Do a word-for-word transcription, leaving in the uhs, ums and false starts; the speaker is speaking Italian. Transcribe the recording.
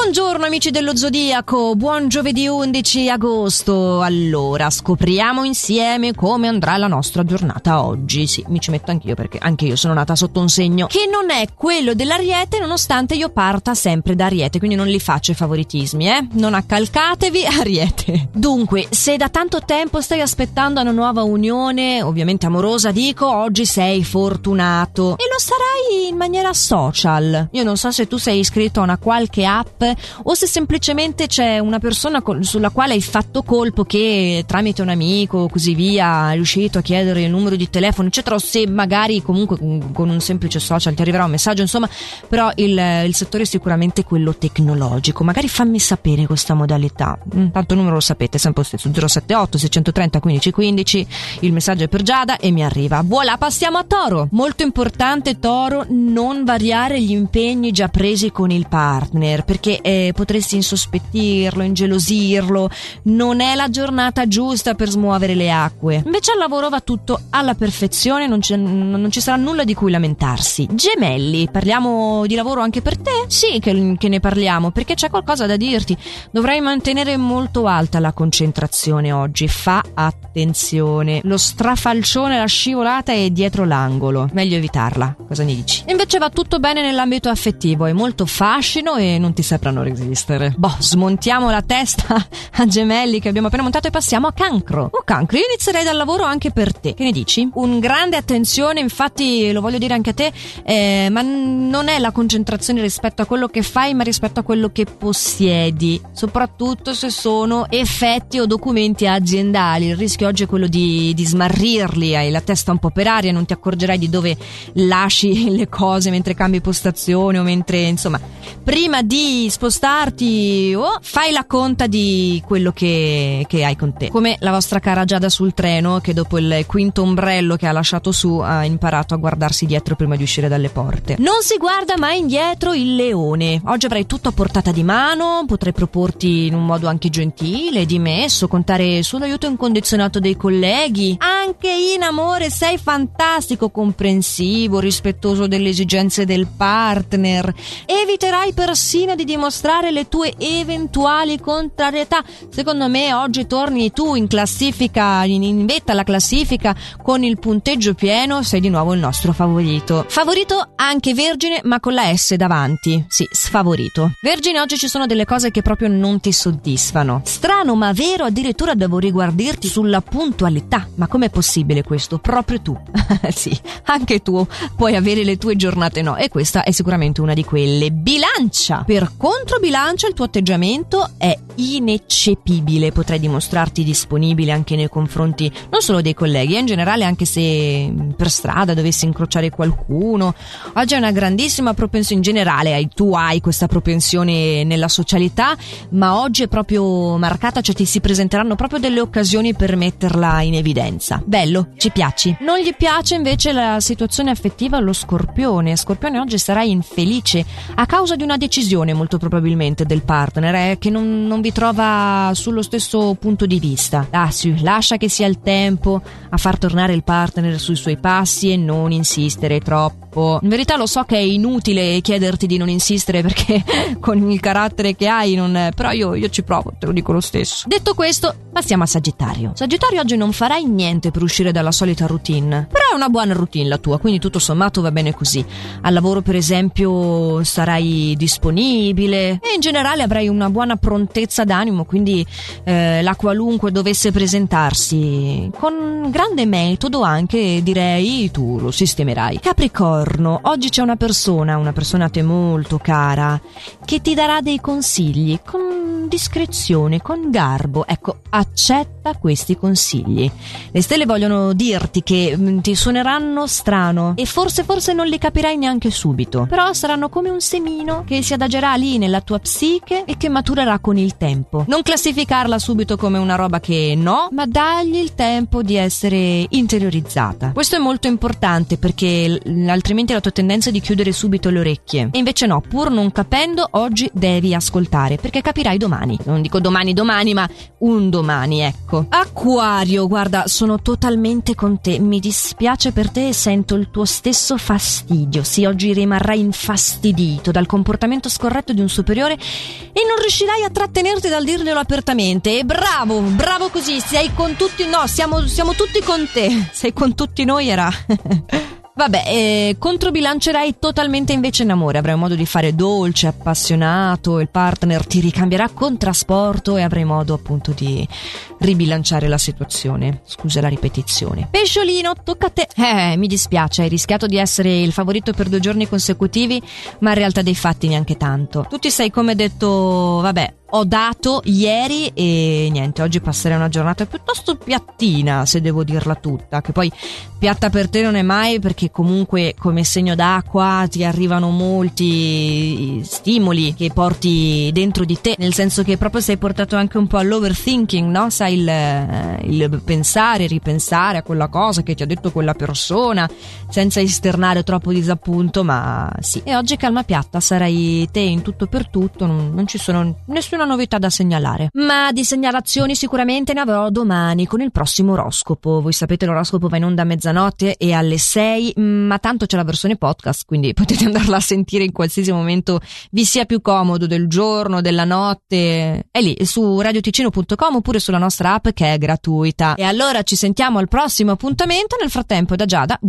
Buongiorno amici dello Zodiaco, buon giovedì undici agosto. Allora, scopriamo insieme come andrà la nostra giornata oggi. Sì, mi ci metto anch'io perché anche io sono nata sotto un segno che non è quello dell'Ariete, nonostante io parta sempre da Ariete, quindi non li faccio i favoritismi, eh? Non accalcatevi, Ariete. Dunque, se da tanto tempo stai aspettando una nuova unione, ovviamente amorosa dico, oggi sei fortunato. E lo sarai in maniera social. Io non so se tu sei iscritto a una qualche app o se semplicemente c'è una persona con, sulla quale hai fatto colpo, che tramite un amico o così via è riuscito a chiedere il numero di telefono eccetera, o se magari comunque con, con un semplice social ti arriverà un messaggio, insomma, però il, il settore è sicuramente quello tecnologico. Magari fammi sapere questa modalità, tanto il numero lo sapete, sempre lo stesso, zero sette otto sei tre zero quindici quindici, il messaggio è per Giada e mi arriva. Voilà, passiamo a Toro. Molto importante, Toro, non variare gli impegni già presi con il partner, perché eh, potresti insospettirlo, ingelosirlo. Non è la giornata giusta per smuovere le acque. Invece al lavoro va tutto alla perfezione, non, c'è, non ci sarà nulla di cui lamentarsi. Gemelli, parliamo di lavoro anche per te? Sì che, che ne parliamo, perché c'è qualcosa da dirti. Dovrai mantenere molto alta la concentrazione oggi, fa attenzione. Lo strafalcione, la scivolata è dietro l'angolo, meglio evitarla. Cosa ne dici? Invece va tutto bene nell'ambito affettivo, è molto fascino e non ti sapranno resistere. Boh, smontiamo la testa a Gemelli che abbiamo appena montato e passiamo a Cancro. Oh Cancro, io inizierei dal lavoro anche per te. Che ne dici? Un grande attenzione, infatti lo voglio dire anche a te, eh, ma non è la concentrazione rispetto a quello che fai, ma rispetto a quello che possiedi, soprattutto se sono effetti o documenti aziendali. Il rischio oggi è quello di, di smarrirli, hai la testa un po' per aria, non ti accorgerai di dove lasci le cose mentre cambi postazione o mentre, insomma, prima di spostarti oh, fai la conta di quello che, che hai con te. Come la vostra cara Giada sul treno, che dopo il quinto ombrello che ha lasciato su ha imparato a guardarsi dietro prima di uscire dalle porte. Non si guarda mai indietro il Leone. Oggi avrai tutto a portata di mano, potrai proporti in un modo anche gentile, dimesso, contare sull'aiuto incondizionato dei colleghi. Anche in amore sei fantastico, comprensivo, rispettoso delle esigenze del partner. Eviterai persino di dimostrare le tue eventuali contrarietà. Secondo me oggi torni tu in classifica, in, in vetta alla classifica con il punteggio pieno, sei di nuovo il nostro favorito. Favorito anche Vergine, ma con la S davanti. Sì, sfavorito. Vergine, oggi ci sono delle cose che proprio non ti soddisfano. Strano ma vero, addirittura devo riguardirti sulla puntualità. Ma com'è possibile questo? Proprio tu. Sì, anche tu puoi avere le tue giornate no, e questa è sicuramente una di quelle. Bilancia. Per contro Bilancia il tuo atteggiamento è ineccepibile, potrai dimostrarti disponibile anche nei confronti non solo dei colleghi, eh, in generale, anche se per strada dovessi incrociare qualcuno. Oggi è una grandissima propensione, in generale hai, tu hai questa propensione nella socialità, ma oggi è proprio marcata, cioè ti si presenteranno proprio delle occasioni per metterla in evidenza. Bello, ci piaci. Non gli piace invece la situazione affettiva allo Scorpione. Scorpione, oggi sarai infelice a causa di una decisione molto probabilmente del partner, eh, che non, non vi trova sullo stesso punto di vista. Ah sì, lascia che sia il tempo a far tornare il partner sui suoi passi e non insistere troppo. In verità lo so che è inutile chiederti di non insistere perché con il carattere che hai non, però io, io ci provo, te lo dico lo stesso. Detto questo, passiamo a Sagittario. Sagittario, oggi non farai niente per uscire dalla solita routine, però è una buona routine la tua, quindi tutto sommato va bene così. Al lavoro per esempio sarai disponibile e in generale avrai una buona prontezza d'animo, quindi eh, la qualunque dovesse presentarsi con grande metodo anche, direi, tu lo sistemerai. Capricorno, oggi c'è una persona, una persona a te molto cara, che ti darà dei consigli con discrezione, con garbo. Ecco, accetta questi consigli. Le stelle vogliono dirti che mh, ti suoneranno strano e forse forse non li capirai neanche subito, però saranno come un semino che si adagerà lì nella tua psiche e che maturerà con il tempo. Non classificarla subito come una roba che no, ma dagli il tempo di essere interiorizzata. Questo è molto importante perché l- altrimenti la tua tendenza è di chiudere subito le orecchie. E invece no, pur non capendo, oggi devi ascoltare perché capirai domani. Non dico domani domani, ma un domani, ecco. Acquario, guarda, sono totalmente con te, mi dispiace per te e sento il tuo stesso fastidio. Sì, oggi rimarrai infastidito dal comportamento scorretto di un superiore e non riuscirai a trattenerti dal dirglielo apertamente. E bravo, bravo così, sei con tutti, no, siamo, siamo tutti con te, sei con tutti noi, era... Vabbè, eh, controbilancerai totalmente invece in amore, avrai modo di fare dolce, appassionato, il partner ti ricambierà con trasporto e avrai modo appunto di ribilanciare la situazione. Scusa la ripetizione. Pesciolino, tocca a te. Eh, mi dispiace, hai rischiato di essere il favorito per due giorni consecutivi, ma in realtà dei fatti neanche tanto. Tu ti sei come detto, vabbè, ho dato ieri e niente, oggi passerei una giornata piuttosto piattina, se devo dirla tutta, che poi piatta per te non è mai, perché comunque come segno d'acqua ti arrivano molti stimoli che porti dentro di te, nel senso che proprio sei portato anche un po' all'overthinking, no? Sai, il, il pensare, ripensare a quella cosa che ti ha detto quella persona senza esternare troppo disappunto, ma sì. E oggi calma piatta, sarai te in tutto per tutto, non, non ci sono nessuna una novità da segnalare, ma di segnalazioni sicuramente ne avrò domani con il prossimo oroscopo. Voi sapete, l'oroscopo va in onda a mezzanotte e alle sei, ma tanto c'è la versione podcast, quindi potete andarla a sentire in qualsiasi momento vi sia più comodo, del giorno, della notte. È lì su radio ticino punto com oppure sulla nostra app che è gratuita. E allora ci sentiamo al prossimo appuntamento. Nel frattempo, da Giada